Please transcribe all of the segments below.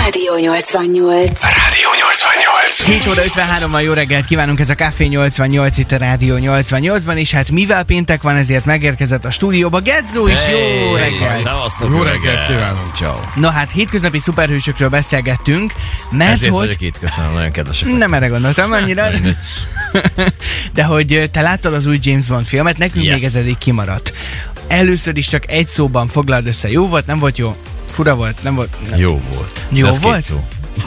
Rádió 88. Rádió 88. 7 óra 53-mal jó reggelt kívánunk, ez a Café 88 itt a Rádió 88-ban, és hát mivel péntek van, ezért megérkezett a stúdióba Gedzó is. Jó reggelt! Szevasztok, Jó reggelt kívánunk! Ciao. Na hát, hétköznapi szuperhősökről beszélgettünk, mert Ezért hogy... vagyok itt, köszönöm, nagyon kedvesek. Nem erre gondoltam annyira. De hogy te láttad az új James Bond filmet, nekünk Yes. még ez eddig kimaradt. Először is csak egy szóban foglald össze. Jó volt, nem volt jó? Fura volt, nem volt? Nem. Jó volt. Jó Ez volt? két szó.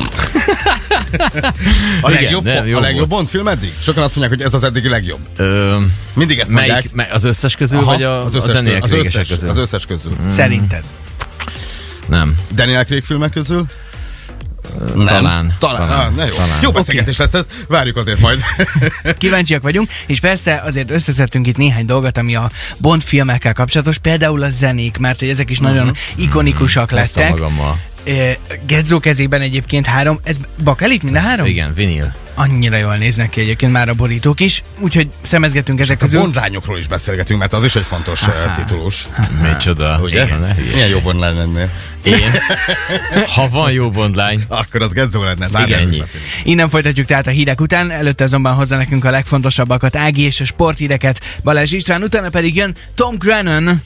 A legjobb, nem, jó a legjobb volt. Bond film eddig? Sokan azt mondják, hogy ez az eddigi legjobb. Mindig ezt mondják. Az összes közül, Aha, vagy a Daniel Craig-esek közül? Az összes közül. Szerinted? Nem. Daniel Craig filmek közül? Talán. Na jó. Talán. Jó beszélgetés lesz ez, várjuk azért majd. Kíváncsiak vagyunk, és persze azért összeszedtünk itt néhány dolgot, ami a Bond filmekkel kapcsolatos, például a zenék, mert hogy ezek is nagyon ikonikusak Hoztam lettek. magammal. Gedzó kezében egyébként 3, ez bakelit mind a 3? Igen, vinil. Annyira jól néznek ki egyébként már a borítók is, úgyhogy szemezgetünk ezek A közül. Bond lányokról is beszélgetünk, mert az is egy fontos titulus. Micsoda. Ugye? Igen, ne hülyesd. Milyen jó Bond lány lennél? Én? Ha van jó Bond lány. Akkor az Gedzó lenne. Igen, ennyi. Innen folytatjuk tehát a hírek után, előtte azonban hozza nekünk a legfontosabbakat Ági és a sporthíreket Balázs István, utána pedig jön Tom Grennan.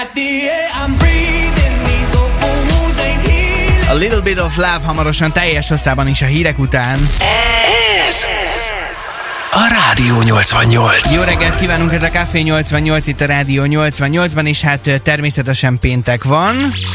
A Little Bit of Love hamarosan teljes hosszában is a hírek után. Ez a Rádió 88. Jó reggelt kívánunk, ez a Café 88 itt a Rádió 88-ban, és hát természetesen péntek van.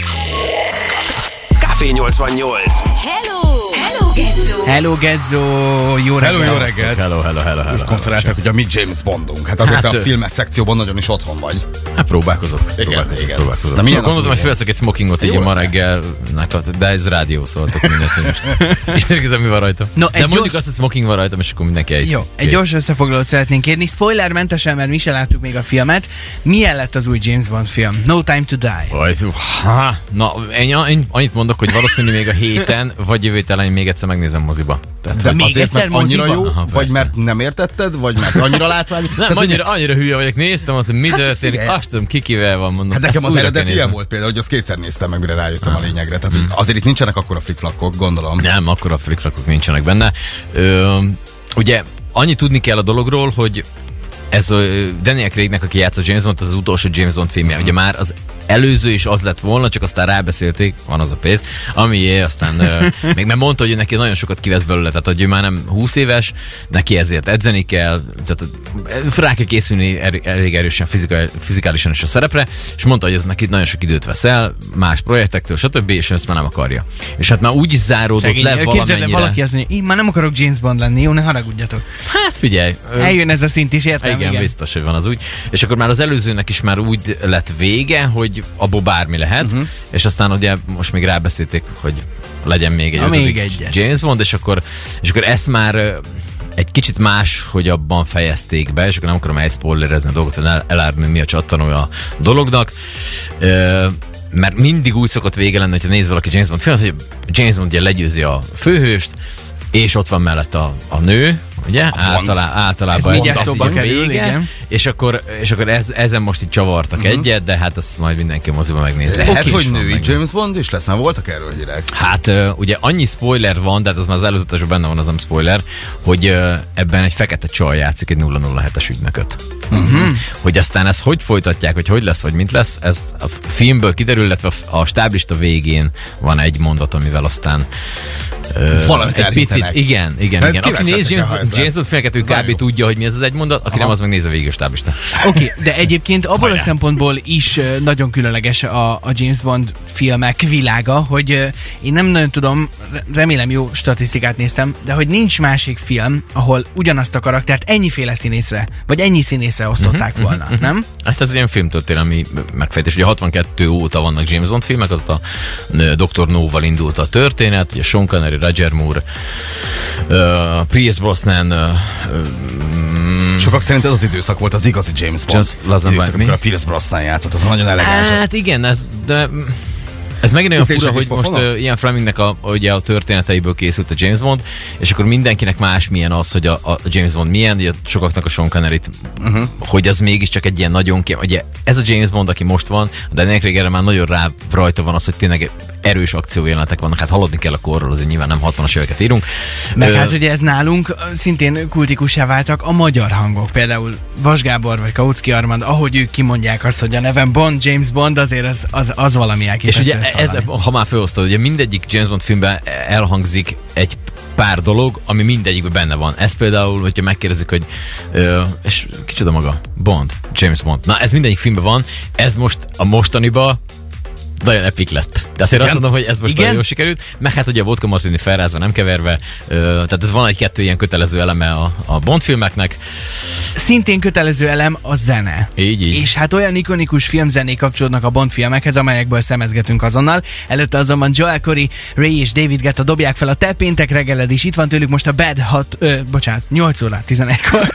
Café 88. Hello, Gedzó! Hello Gedzó, jó reggelt! Hello, jó reggelt! Hello. Konferálták, hogy a mi James Bondunk. Hát azért Hát, a filmes szekcióban nagyon is otthon vagy. Hát próbálkozok. Igen. Próbálkozok. Na, milyen az Gondoltam, hogy ugye? felveszek egy smokingot így Jó. ma reggel, de ez rádió szóltok mindent, hogy most. Isten igazán mi van rajta. No, De egy mondjuk gyors- azt, hogy smoking van rajtam, és akkor mindenki elhiszi. Jó, egy gyors összefoglalót szeretnénk kérni, spoilermentesen, mert mi se láttuk még a filmet. Milyen lett az új James Bond film? No Time to Die. Na, én annyit mondok, hogy valószínű még a héten, vagy jövő héten még egyszer megnézem moziba. Tehát, De még azért, egyszer mert annyira moziba? jó, Aha, vagy persze. mert nem értetted, vagy mert annyira látvány. nem, annyira hülye vagyok, néztem, azt, hogy mi történik, figyelj. azt tudom, kikivel van, mondom. Hát nekem ezt az újra kell eredeti ilyen néznem. volt például, hogy azt kétszer néztem meg, mire rájöttem a lényegre. Tehát hogy azért itt nincsenek akkora flikflakok, gondolom. Nem, akkor a flikrakok nincsenek benne. Ugye, annyit tudni kell a dologról, hogy ez a Daniel Craignek, aki játszott James Bond, az utolsó James Bond filmje. Ugye már az előző is az lett volna, csak aztán rábeszélték, van az a pénz, amié aztán még mert mondta, hogy neki nagyon sokat kivesz belőle, tehát hogy ő már nem 20 éves, neki ezért edzeni kell, tehát rá kell készülni elég erősen fizikálisan is a szerepre, és mondta, hogy ez neki nagyon sok időt vesz el, más projektektől, stb., és ezt már nem akarja. És hát már úgy is záródott le Képzeld, valamennyire. valaki azt mondja, én már nem akarok James Bond lenni, jó, ne haragudjatok. Hát figyelj. Eljön ez a szint is, értem? Igen, biztos, hogy van az úgy. És akkor már az előzőnek is már úgy lett vége, hogy abból bármi lehet, és aztán ugye most még rábeszélték, hogy legyen még egy még ötödik egyet. James Bond, és akkor ezt már egy kicsit más, hogy abban fejezték be, és akkor nem akarom elszpoilerezni a dolgot, hogy elárni, mi a csattanója a dolognak. Mert mindig úgy szokott vége lenni, hogyha néz valaki James Bond filmet, hogy James Bond ugye legyőzi a főhőst, és ott van mellett a nő, ugye? Általában Ez mindjárt az szóba a kerül, vége, igen. és akkor ezen most így csavartak egyet, de hát azt majd mindenki moziba megnézi. Lehet, Oké, hogy is van női meg. James Bond is lesz, mert voltak erről hírek. Hát ugye annyi spoiler van, de hát az már az előzetesben benne van, az nem spoiler, hogy ebben egy fekete csaj játszik egy 007-es ügynököt. Hogy aztán ezt hogy folytatják, vagy hogy lesz, vagy mint lesz, ez a filmből kiderül, illetve a stáblista végén van egy mondat, amivel aztán Valamit egy picit, elhintenek. igen. Hát Aki kíváncsi néz leszek rá, ha ez James lesz. Bond filmeket, ő Várjuk. kb. Tudja, hogy mi ez az egy mondat, aki nem, az megnézze végig a stáblistát. Oké, de egyébként abból a szempontból is nagyon különleges a James Bond filmek világa, hogy én nem nagyon tudom, remélem jó statisztikát néztem, de hogy nincs másik film, ahol ugyanazt a karaktert ennyiféle színészre, vagy ennyi színészre osztották volna, nem? Hát ez ilyen filmtörténelmi megfejtés. Ugye 62 óta vannak James Bond filmek, az a Dr. No-val indult a történet, ugye Sean Connery, Roger Moore, Pierce Brosnan, Sokak szerint ez az időszak volt az igazi James Bond. Just Lazenby, Időszak, mi? amikor a Pierce Brosnan játszott, az nagyon elegáns. Hát igen, de Ez megint olyan fura, hogy Tisztések is most pofonok? Ian Flemingnek ugye a történeteiből készült a James Bond, és akkor mindenkinek más milyen az, hogy a James Bond milyen, ugye sokaknak a Sean Connery-t, hogy az mégiscsak egy ilyen nagyon ugye ez a James Bond, aki most van, de Daniel Craig erre már nagyon rajta van az, hogy tényleg erős akciójelenetek vannak, hát haladni kell a korról, azért nyilván nem 60-as éveket írunk. Meg hát ugye ez nálunk szintén kultikussá váltak a magyar hangok, például Vas Gábor vagy Kautsky Armand, ahogy ők kimondják azt, hogy a nevem Bond, James Bond, azért az valami elképesztő. És ugye ez, ha már felosztod, ugye mindegyik James Bond filmben elhangzik egy pár dolog, ami mindegyikben benne van. Ez például, hogyha megkérdezik, hogy és kicsoda maga? Bond, James Bond. Na, ez mindegyik filmben van, ez most a mostaniba nagyon epik lett. Tehát én azt mondom, hogy ez most nagyon jól sikerült. Meg hát ugye a vodka martini felrázva, nem keverve. Tehát ez van egy-kettő ilyen kötelező eleme a Bond filmeknek. Szintén kötelező elem a zene. Így. És hát olyan ikonikus filmzenék kapcsolódnak a Bond filmekhez, amelyekből szemezgetünk azonnal. Előtte azonban Joel Corey, Ray és David Guetta dobják fel a te péntek reggeled is. Itt van tőlük most a Bad 8 óra 11-kor.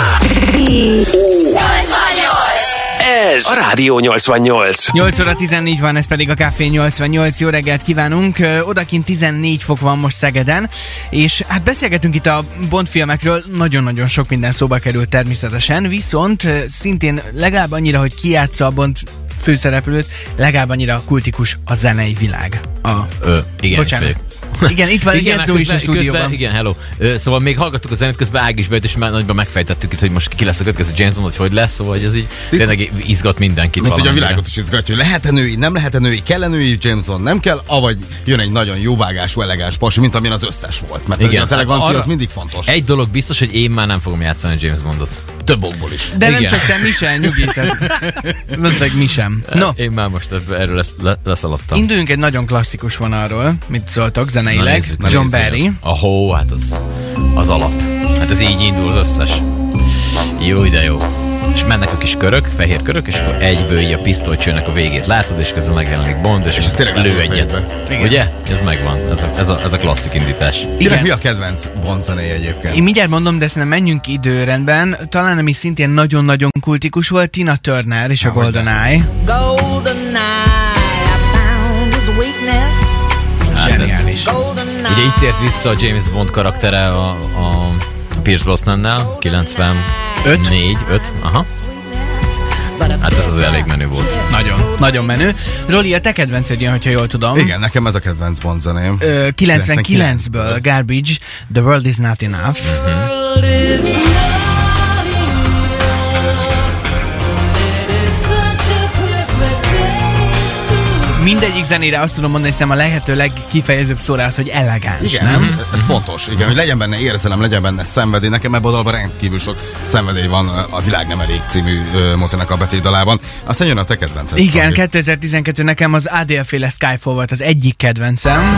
Ez a Rádió 88. 8 óra 14 van, ez pedig a Café 88. Jó reggelt kívánunk. Odakint 14 fok van most Szegeden, és hát beszélgetünk itt a Bond filmekről, nagyon-nagyon sok minden szóba került természetesen, viszont szintén legalább annyira, hogy ki játsza a Bond főszereplőt, legalább annyira kultikus a zenei világ. Igen, bocsánat. Igen, itt van egy Gedzó is a stúdióban. Közben, igen, hello. Szóval még hallgattuk a zenét, közben Ág is bejött, és már nagyban megfejtettük itt, hogy most ki lesz a következő James Bond, hogy lesz, szóval ez így tényleg izgat mindenkit. Mint hogy a világot is izgatja, hogy lehet-e női, nem lehet-e női, kell-e női James Bond, nem kell, avagy jön egy nagyon jóvágású, elegáns pasi, mint amilyen az összes volt. Mert igen, az elegancia az mindig fontos. Egy dolog biztos, hogy én már nem fogom játszani James Bondot. Több okból is. De igen. nem csak te, mi sem, nyugíted. Valószínűleg mi sem. No. Én már most erről leszaladtam. Induljunk egy nagyon klasszikus vonalról, mit szóltok zeneileg. John Barry. Ahó, hát az alap. Hát ez így indul az összes. Jó, de jó. És mennek a kis körök, fehér körök, és akkor egyből így a pisztolycsőnek a végét látod, és közben megjelenik Bond, és lő egyet. Ugye? Ez megvan. Ez a klasszik indítás. Igen. Mi a kedvenc Bond zenéje egyébként? Én mindjárt mondom, de szerintem menjünk időrendben. Talán ami szintén nagyon-nagyon kultikus volt, Tina Turner és a GoldenEye. Zseniális. Ugye itt ért vissza a James Bond karaktere a Pierce Brosnannál, 94, aha. Hát ez az elég menő volt. Nagyon, nagyon menő. Roli, a te kedvenced jön, hogyha jól tudom. Igen, nekem ez a kedvenc Bond zeném. 99-ből Garbage, The World Is Not Enough. Mindegyik zenére azt tudom mondani, hogy a lehető legkifejezőbb szóra az, hogy elegáns, igen, nem? Ez fontos, igen, hogy legyen benne érzelem, legyen benne szenvedély. Nekem ebben a dalban rendkívül sok szenvedély van a Világ nem elég című mozinak a betétdalában. Aztán jön a te kedvenced. Igen, 2012 nekem az Adele-féle Skyfall volt az egyik kedvencem.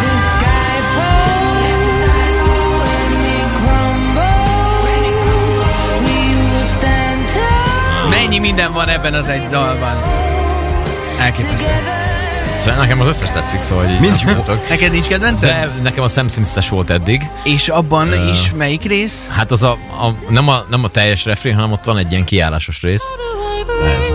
Mennyi minden van ebben az egy dalban. Elképesztő. Szóval nekem az összes tetszik, szóval így... Mind jó. Neked nincs kedvenced? De nekem a Sam Smith-es volt eddig. És abban is melyik rész? Hát az nem a teljes refrén, hanem ott van egy ilyen kiállásos rész. Ez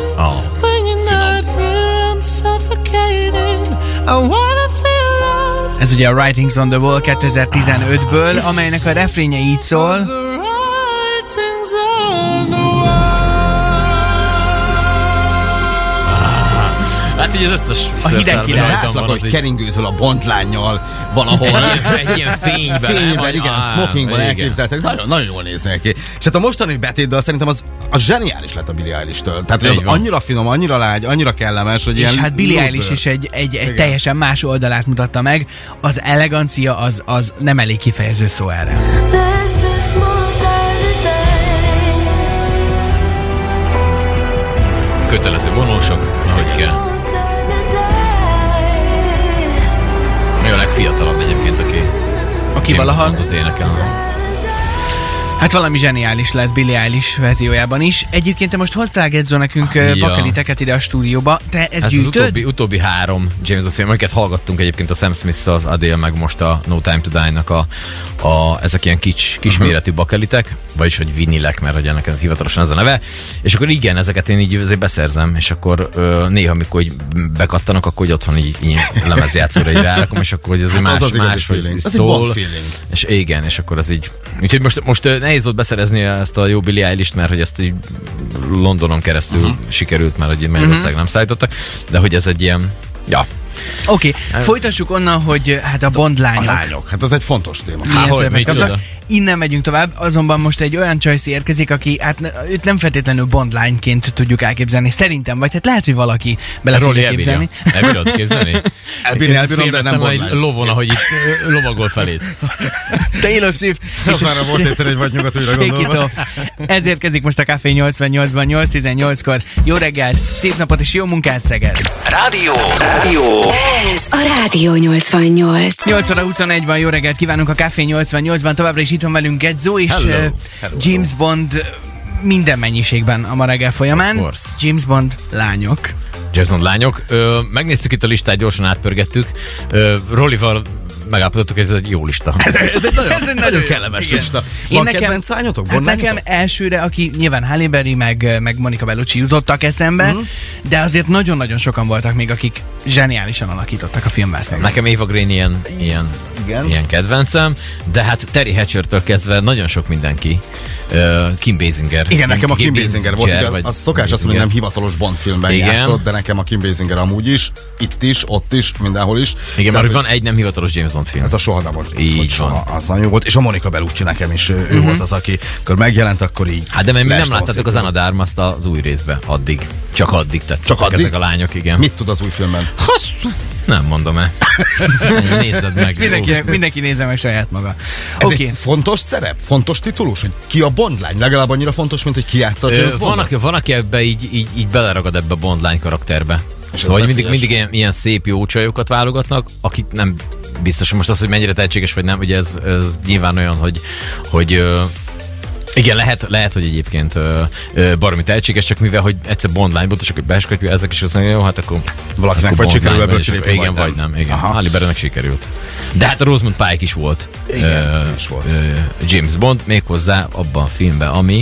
Ez ugye a Writings on the Wall 2015-ből, amelynek a refrénje így szól. Hát így az összes A hideg király. Látlak, hogy keringőzöl a Bondlánnyal valahol. Egy ilyen fényben. Fényben, igen, smokingban elképzeltek. Nagyon, nagyon jól néznek ki. És hát a mostani betétdal szerintem az zseniális lett a Billie Eilish-től. Tehát az annyira finom, annyira lágy, annyira kellemes, hogy ilyen... És hát Billie Eilish is egy teljesen más oldalát mutatta meg. Az elegancia az nem elég kifejező szó erre. Kötelező vonósok, ahogy kell. Mi a legfiatalabb egyébként, aki valaha James Bondot énekel? Hát valami zseniális lett Billie Eilish verziójában is. Egyébként te most hoztál, Gedzo, nekünk bakeliteket ide a stúdióba. Te ezt gyűjtöd? Az utóbbi 3 James Bond film, amiket hallgattunk egyébként a Sam Smith-szal, az Adele, meg most a No Time to Die-nak ezek ilyen kisméretű bakelitek, vagyis hogy vinilek, mert hogy ennek ez hivatalosan ez a neve. És akkor igen, ezeket én így azért beszerzem, és akkor néha, amikor így bekattanak, akkor hogy otthon így lemezjátszóra így rárakom, és akkor hogy ez hát más hogy szól. És igen, és akkor az így. Úgyhogy most nehéz volt beszerezni ezt a jó Billie Eilish-t, mert hogy ezt így Londonon keresztül sikerült, mert hogy Magyarország nem szállítottak, de hogy ez egy ilyen, ja. Oké, folytassuk onnan, hogy hát a Bond lányok. A lányok, hát ez egy fontos téma. Innen megyünk tovább, azonban most egy olyan csajszi érkezik, aki hát őt nem feltétlenül Bond lányként tudjuk elképzelni, szerintem, vagy hát lehet, hogy valaki bele tudja képzelni. Elbírod képzelni? Elbírom, de nem Bond lány. Lovon, ahogy itt lovagol felét. Taylor Swift. És már volt egyszer egy vagy nyugat újra gondolva. Ez érkezik most a Café 88-ban 8-18-kor. Jó reggelt, szép napot és jó munkát, Szeged! Rádió! Ez a Rádió 88. 8 óra 21-ban jó reggelt kívánunk a Café 88-ban. Továbbra is itt van velünk Gedzo és Hello. James Bond minden mennyiségben a ma reggel folyamán. James Bond lányok. James Bond lányok. Megnéztük itt a listát, gyorsan átpörgettük. Rollival megállapodottuk, hogy ez egy jó lista. ez egy nagyon kellemes lista. Van kedvenc lányotok? Hát nekem elsőre, aki nyilván Halle Berry meg Monica Bellucci jutottak eszembe, de azért nagyon-nagyon sokan voltak még, akik zseniálisan alakítottak a filmvásznon. Nekem Eva Green ilyen kedvencem, de hát Terry Hatcher-től kezdve nagyon sok mindenki. Kim Basinger. Igen, nekem a Kim Basinger volt, ugye, az szokás azt mondani, hogy nem hivatalos Bond filmben játszott, de nekem a Kim Basinger amúgy is, itt is, ott is, mindenhol is. Igen, mert van egy nem hivatalos James Bond film. Ez a soha nem volt. Így van. Az nagyon jó volt, és a Monica Bellucci nekem is, ő volt az, aki akkor megjelent, akkor így. Hát de mert mi nem láttátok az Anna de Armas az új részbe addig. Csak addig tetszett ezek a lányok, igen. Mit tud az új filmben? Nem mondom el. Nézzed meg. Mindenki nézze meg saját maga. Ez egy fontos szerep? Fontos titulus? Hogy ki a Bond lány? Legalább annyira fontos, mint hogy ki játsza a James Bondot? Van, aki ebbe így beleragad ebbe a Bond lány karakterbe. És szóval mindig ilyen szép jó csajokat válogatnak, akik nem biztos, most az, hogy mennyire tehetséges vagy nem, ugye ez nyilván olyan, hogy igen, lehet, hogy egyébként baromi tehetséges, csak mivel, hogy egyszer Bond lány volt, és akkor beeskatja ezek, és azt mondja, jó, hát akkor valakinek vagy sikerül ebből kilépni, igen, vagy nem. Igen, Halle Berrynek sikerült. De hát a Rosamund Pike is volt. Igen, is volt. James Bond, méghozzá abban a filmben, ami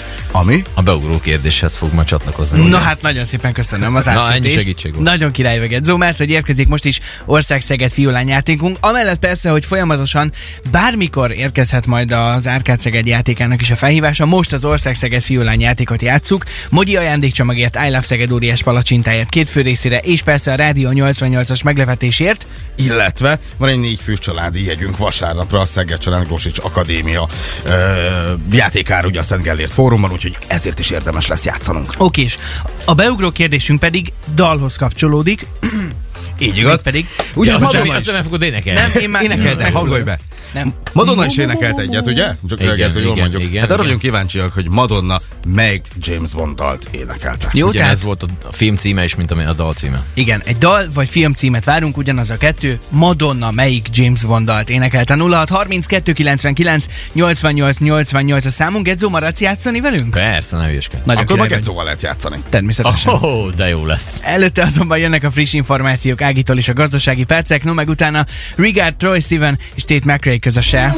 a beugró kérdéshez fog majd csatlakozni. Na hát nagyon szépen köszönöm az átkötést. Ennyi segítség volt. Nagyon király vagy, Gedzo, mert hogy érkezik most is Ország-Szeged Fiúlány játékunk. Amellett persze, hogy folyamatosan bármikor érkezhet majd az Árkád Szeged játékának is a felhívása. Most az Ország-Szeged Fiúlány játékot játsszuk. Mogyi ajándékcsomagért, I Love Szeged óriás palacsintáért 2 fő részére, és persze a Rádió 88-as meglepetésért. Illetve van egy 4 fős családi jegyünk vasárnapra a Szeged Család Gosics Akadémia játékára, ugye a Szent Gellért Fórumban, úgyhogy ezért is érdemes lesz játszanunk. Oké, és a beugró kérdésünk pedig dalhoz kapcsolódik. Így igaz. Pedig. Ugye azt nem fogod énekelni. Nem, én már énekeltem. Hangolj be. Nem. Madonna is énekelt egyet, ugye? Csak jól mondjuk. Igen, hát arra vagyunk kíváncsiak, hogy Madonna melyik James Bond dalt énekelte. Jó, tehát ez volt a film címe is, mint a dal címe. Igen, egy dal vagy film címet várunk, ugyanaz a kettő. Madonna melyik James Bond dalt énekelte? 0632 99 88 88 a számunk. Gedzo, maradsz játszani velünk? Persze, ne hülyeskedj. Akkor meg Gedzóval lehet játszani. Természetesen. De jó lesz. Előtte azonban jönnek a friss információk Ágitól is a gazdasági percek, no meg utána Regard, Troye Sivan és Tate McRae közöse.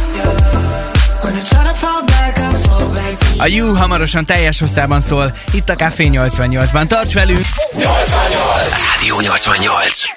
A You hamarosan teljes hosszában szól, itt a Café 88-ban. Tarts velünk! 88! Rádió 88!